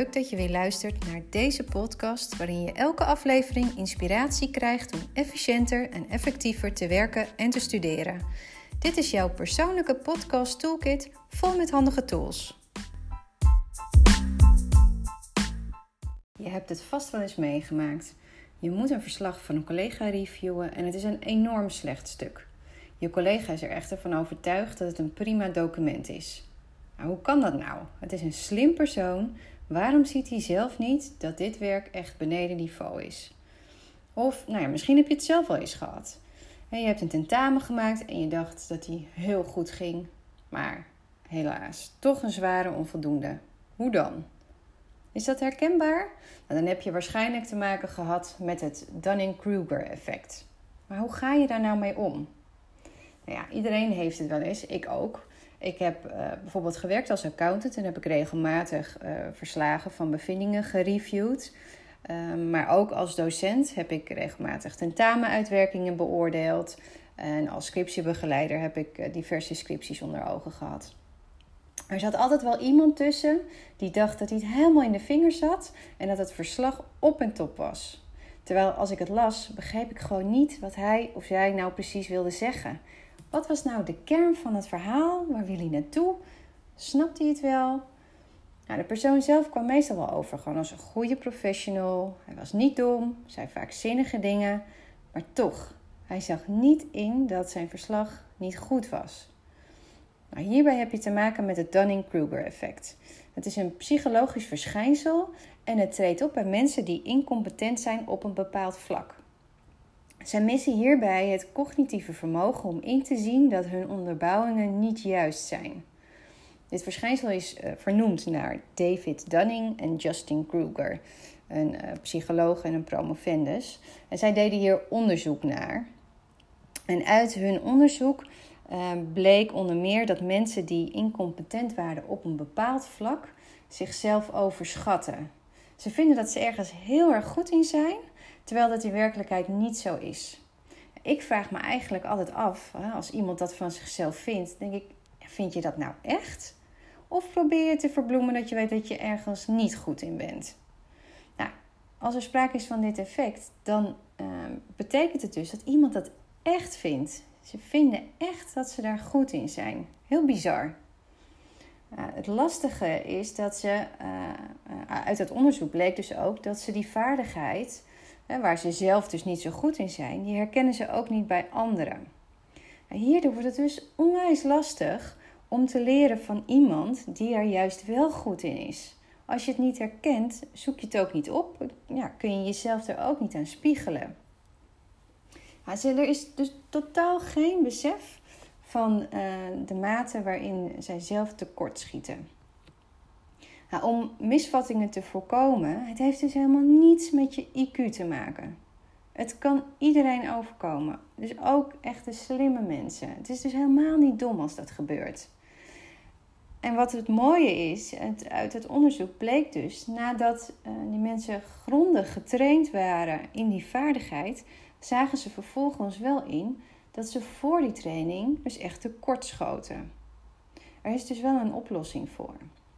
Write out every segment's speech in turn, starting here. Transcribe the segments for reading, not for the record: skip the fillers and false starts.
leuk dat je weer luistert naar deze podcast waarin je elke aflevering inspiratie krijgt om efficiënter en effectiever te werken en te studeren. Dit is jouw persoonlijke podcast toolkit vol met handige tools. Je hebt het vast wel eens meegemaakt. Je moet een verslag van een collega reviewen en het is een enorm slecht stuk. Je collega is er echter van overtuigd dat het een prima document is. Maar hoe kan dat nou? Het is een slim persoon. Waarom ziet hij zelf niet dat dit werk echt beneden niveau is? Of, misschien heb je het zelf wel eens gehad. En je hebt een tentamen gemaakt en je dacht dat die heel goed ging. Maar helaas, toch een zware onvoldoende. Hoe dan? Is dat herkenbaar? Nou, dan heb je waarschijnlijk te maken gehad met het Dunning-Kruger effect. Maar hoe ga je daar nou mee om? Iedereen heeft het wel eens, ik ook. Ik heb bijvoorbeeld gewerkt als accountant en heb ik regelmatig verslagen van bevindingen gereviewd. Maar ook als docent heb ik regelmatig tentamenuitwerkingen beoordeeld. En als scriptiebegeleider heb ik diverse scripties onder ogen gehad. Er zat altijd wel iemand tussen die dacht dat hij het helemaal in de vingers had en dat het verslag op en top was. Terwijl als ik het las, begreep ik gewoon niet wat hij of zij nou precies wilde zeggen. Wat was nou de kern van het verhaal? Waar wil hij naartoe? Snapte hij het wel? De persoon zelf kwam meestal wel over gewoon als een goede professional. Hij was niet dom, zei vaak zinnige dingen. Maar toch, hij zag niet in dat zijn verslag niet goed was. Hierbij heb je te maken met het Dunning-Kruger effect. Het is een psychologisch verschijnsel en het treedt op bij mensen die incompetent zijn op een bepaald vlak. Zij missen hierbij het cognitieve vermogen om in te zien dat hun onderbouwingen niet juist zijn. Dit verschijnsel is vernoemd naar David Dunning en Justin Kruger, een psycholoog en een promovendus. En zij deden hier onderzoek naar. En uit hun onderzoek bleek onder meer dat mensen die incompetent waren op een bepaald vlak zichzelf overschatten. Ze vinden dat ze ergens heel erg goed in zijn, terwijl dat in werkelijkheid niet zo is. Ik vraag me eigenlijk altijd af, als iemand dat van zichzelf vindt, denk ik, vind je dat nou echt? Of probeer je te verbloemen dat je weet dat je ergens niet goed in bent? Als er sprake is van dit effect, dan betekent het dus dat iemand dat echt vindt. Ze vinden echt dat ze daar goed in zijn. Heel bizar. Het lastige is dat ze, uit het onderzoek bleek dus ook dat ze die vaardigheid, waar ze zelf dus niet zo goed in zijn, die herkennen ze ook niet bij anderen. Hierdoor wordt het dus onwijs lastig om te leren van iemand die er juist wel goed in is. Als je het niet herkent, zoek je het ook niet op, kun je jezelf er ook niet aan spiegelen. Er is dus totaal geen besef van de mate waarin zij zelf tekortschieten. Om misvattingen te voorkomen, het heeft dus helemaal niets met je IQ te maken. Het kan iedereen overkomen, dus ook echt de slimme mensen. Het is dus helemaal niet dom als dat gebeurt. En wat het mooie is, uit het onderzoek bleek dus, nadat die mensen grondig getraind waren in die vaardigheid, zagen ze vervolgens wel in dat ze voor die training dus echt tekortschoten. Er is dus wel een oplossing voor.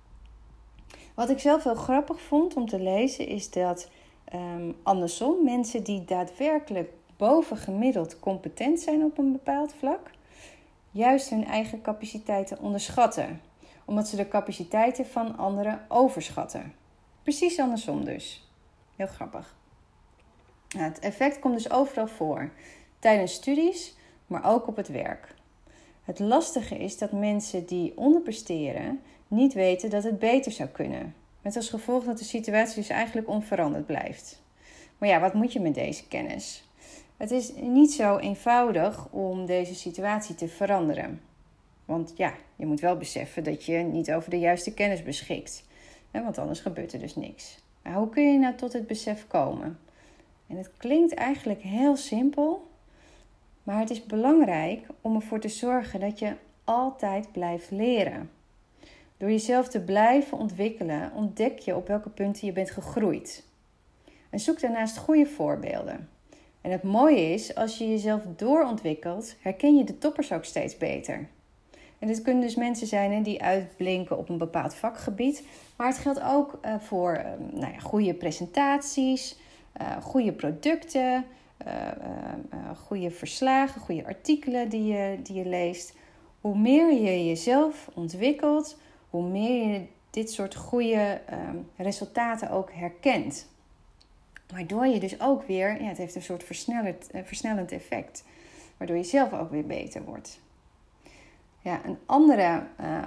Wat ik zelf heel grappig vond om te lezen is dat andersom mensen die daadwerkelijk bovengemiddeld competent zijn op een bepaald vlak, juist hun eigen capaciteiten onderschatten, omdat ze de capaciteiten van anderen overschatten. Precies andersom dus. Heel grappig. Het effect komt dus overal voor, tijdens studies, maar ook op het werk. Het lastige is dat mensen die onderpresteren niet weten dat het beter zou kunnen. Met als gevolg dat de situatie dus eigenlijk onveranderd blijft. Maar wat moet je met deze kennis? Het is niet zo eenvoudig om deze situatie te veranderen. Want je moet wel beseffen dat je niet over de juiste kennis beschikt. Want anders gebeurt er dus niks. Maar hoe kun je nou tot dit besef komen? En het klinkt eigenlijk heel simpel, maar het is belangrijk om ervoor te zorgen dat je altijd blijft leren. Door jezelf te blijven ontwikkelen, ontdek je op welke punten je bent gegroeid. En zoek daarnaast goede voorbeelden. En het mooie is, als je jezelf doorontwikkelt, herken je de toppers ook steeds beter. En dit kunnen dus mensen zijn die uitblinken op een bepaald vakgebied. Maar het geldt ook voor goede presentaties, goede producten, goede verslagen, goede artikelen die je leest. Hoe meer je jezelf ontwikkelt, hoe meer je dit soort goede resultaten ook herkent. Waardoor je dus ook weer, het heeft een soort versnellend effect. Waardoor je zelf ook weer beter wordt. Ja, een andere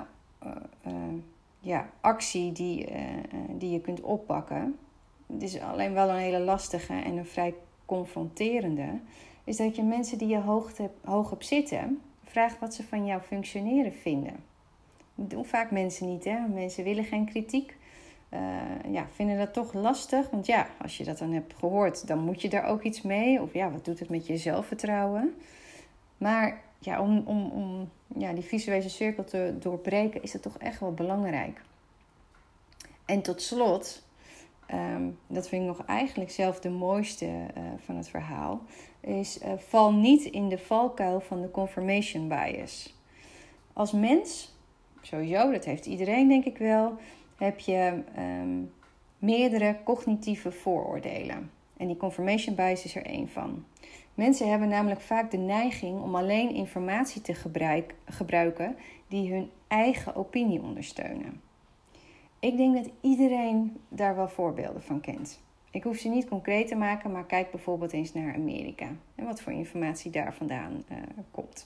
actie die je kunt oppakken. Het is alleen wel een hele lastige en een vrij confronterende. Is dat je mensen die je hoog hebt zitten, vraagt wat ze van jouw functioneren vinden. Dat doen vaak mensen niet, hè? Mensen willen geen kritiek. Vinden dat toch lastig. Want als je dat dan hebt gehoord, dan moet je daar ook iets mee. Of wat doet het met je zelfvertrouwen? Maar om die visuele cirkel te doorbreken, is het toch echt wel belangrijk. En tot slot, dat vind ik nog eigenlijk zelf de mooiste van het verhaal, is val niet in de valkuil van de confirmation bias. Als mens, sowieso, dat heeft iedereen denk ik wel, heb je meerdere cognitieve vooroordelen. En die confirmation bias is er één van. Mensen hebben namelijk vaak de neiging om alleen informatie te gebruiken die hun eigen opinie ondersteunen. Ik denk dat iedereen daar wel voorbeelden van kent. Ik hoef ze niet concreet te maken, maar kijk bijvoorbeeld eens naar Amerika. En wat voor informatie daar vandaan komt.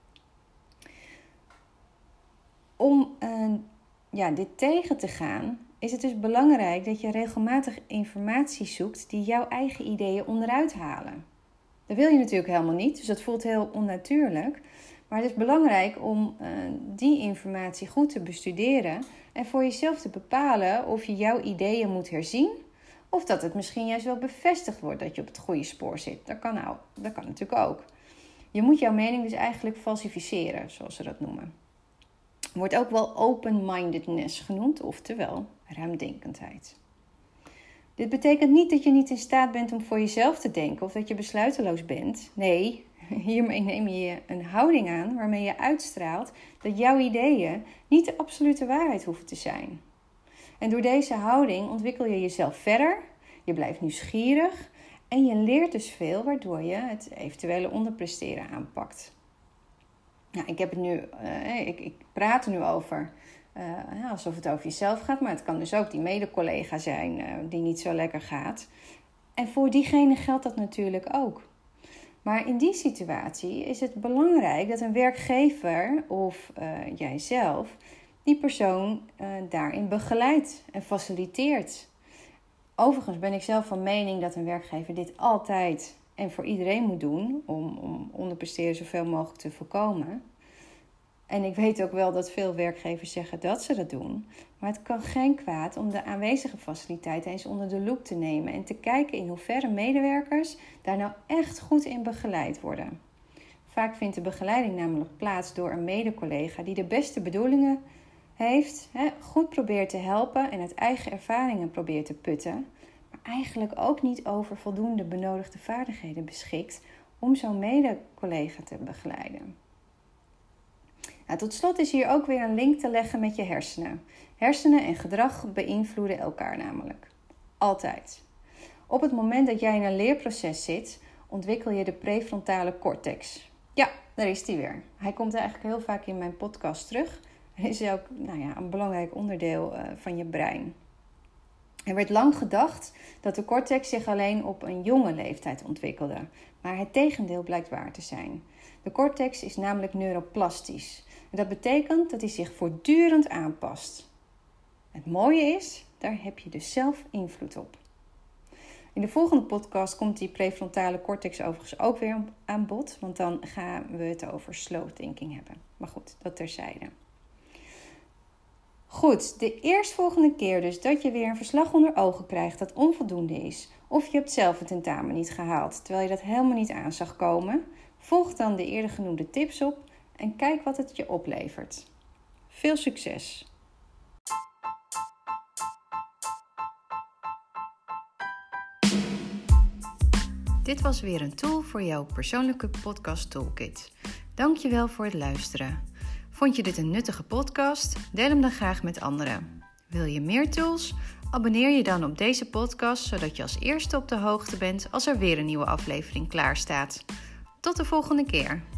Om dit tegen te gaan, is het dus belangrijk dat je regelmatig informatie zoekt die jouw eigen ideeën onderuit halen. Dat wil je natuurlijk helemaal niet, dus dat voelt heel onnatuurlijk. Maar het is belangrijk om die informatie goed te bestuderen en voor jezelf te bepalen of je jouw ideeën moet herzien of dat het misschien juist wel bevestigd wordt dat je op het goede spoor zit. Dat kan natuurlijk ook. Je moet jouw mening dus eigenlijk falsificeren, zoals ze dat noemen. Wordt ook wel open-mindedness genoemd, oftewel ruimdenkendheid. Dit betekent niet dat je niet in staat bent om voor jezelf te denken of dat je besluiteloos bent. Nee, hiermee neem je een houding aan waarmee je uitstraalt dat jouw ideeën niet de absolute waarheid hoeven te zijn. En door deze houding ontwikkel je jezelf verder, je blijft nieuwsgierig en je leert dus veel waardoor je het eventuele onderpresteren aanpakt. Nou, ik praat er nu over alsof het over jezelf gaat, maar het kan dus ook die mede-collega zijn die niet zo lekker gaat. En voor diegene geldt dat natuurlijk ook. Maar in die situatie is het belangrijk dat een werkgever of jijzelf die persoon daarin begeleidt en faciliteert. Overigens ben ik zelf van mening dat een werkgever dit altijd en voor iedereen moet doen om onderpresteren zoveel mogelijk te voorkomen. En ik weet ook wel dat veel werkgevers zeggen dat ze dat doen. Maar het kan geen kwaad om de aanwezige faciliteiten eens onder de loep te nemen en te kijken in hoeverre medewerkers daar nou echt goed in begeleid worden. Vaak vindt de begeleiding namelijk plaats door een mede-collega die de beste bedoelingen heeft, goed probeert te helpen en uit eigen ervaringen probeert te putten, maar eigenlijk ook niet over voldoende benodigde vaardigheden beschikt om zo'n mede-collega te begeleiden. Nou, tot slot is hier ook weer een link te leggen met je hersenen. Hersenen en gedrag beïnvloeden elkaar namelijk. Altijd. Op het moment dat jij in een leerproces zit, ontwikkel je de prefrontale cortex. Ja, daar is die weer. Hij komt eigenlijk heel vaak in mijn podcast terug. Hij is ook een belangrijk onderdeel van je brein. Er werd lang gedacht dat de cortex zich alleen op een jonge leeftijd ontwikkelde. Maar het tegendeel blijkt waar te zijn. De cortex is namelijk neuroplastisch. En dat betekent dat hij zich voortdurend aanpast. Het mooie is, daar heb je dus zelf invloed op. In de volgende podcast komt die prefrontale cortex overigens ook weer aan bod. Want dan gaan we het over slow thinking hebben. Maar goed, dat terzijde. Goed, de eerstvolgende keer dus dat je weer een verslag onder ogen krijgt dat onvoldoende is. Of je hebt zelf het tentamen niet gehaald, terwijl je dat helemaal niet aan zag komen. Volg dan de eerder genoemde tips op en kijk wat het je oplevert. Veel succes! Dit was weer een tool voor jouw persoonlijke podcast toolkit. Dankjewel voor het luisteren. Vond je dit een nuttige podcast? Deel hem dan graag met anderen. Wil je meer tools? Abonneer je dan op deze podcast, zodat je als eerste op de hoogte bent als er weer een nieuwe aflevering klaar staat. Tot de volgende keer.